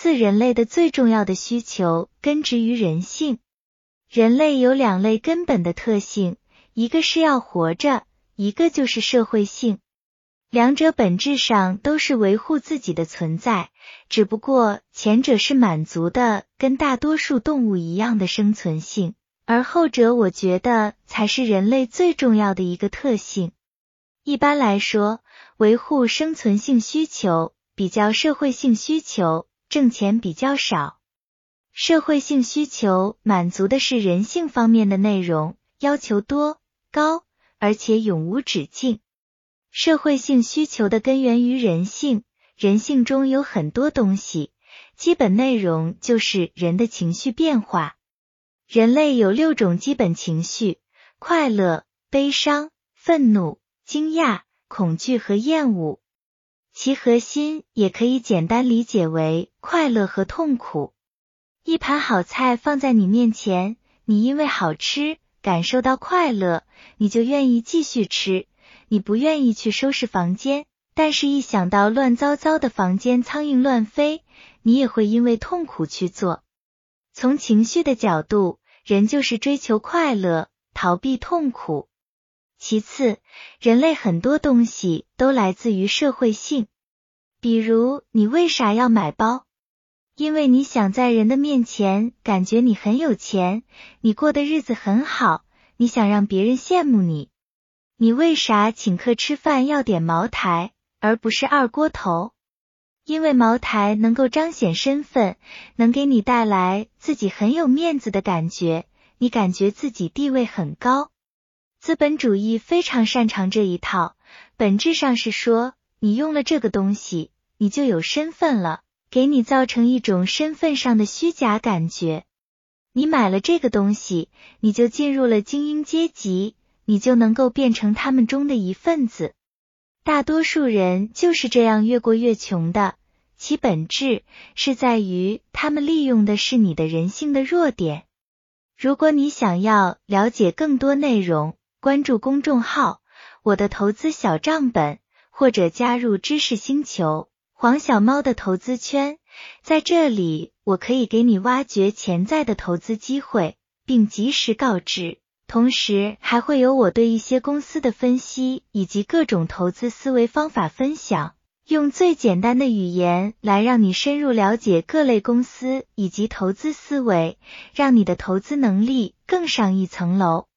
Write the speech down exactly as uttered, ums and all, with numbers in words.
四，人类的最重要的需求根植于人性。人类有两类根本的特性，一个是要活着，一个就是社会性。两者本质上都是维护自己的存在，只不过前者是满足的跟大多数动物一样的生存性，而后者我觉得才是人类最重要的一个特性。一般来说，维护生存性需求比较社会性需求挣钱比较少。社会性需求满足的是人性方面的内容，要求多、高，而且永无止境。社会性需求的根源于人性，人性中有很多东西，基本内容就是人的情绪变化。人类有六种基本情绪：快乐、悲伤、愤怒、惊讶、恐惧和厌恶。其核心也可以简单理解为快乐和痛苦。一盘好菜放在你面前，你因为好吃，感受到快乐，你就愿意继续吃，你不愿意去收拾房间，但是一想到乱糟糟的房间苍蝇乱飞，你也会因为痛苦去做。从情绪的角度，人就是追求快乐，逃避痛苦。其次，人类很多东西都来自于社会性。比如，你为啥要买包？因为你想在人的面前感觉你很有钱，你过的日子很好，你想让别人羡慕你。你为啥请客吃饭要点茅台，而不是二锅头？因为茅台能够彰显身份，能给你带来自己很有面子的感觉，你感觉自己地位很高。资本主义非常擅长这一套，本质上是说，你用了这个东西，你就有身份了，给你造成一种身份上的虚假感觉。你买了这个东西，你就进入了精英阶级，你就能够变成他们中的一份子。大多数人就是这样越过越穷的，其本质是在于他们利用的是你的人性的弱点。如果你想要了解更多内容，关注公众号我的投资小账本，或者加入知识星球黄小猫的投资圈，在这里我可以给你挖掘潜在的投资机会，并及时告知，同时还会有我对一些公司的分析以及各种投资思维方法分享，用最简单的语言来让你深入了解各类公司以及投资思维，让你的投资能力更上一层楼。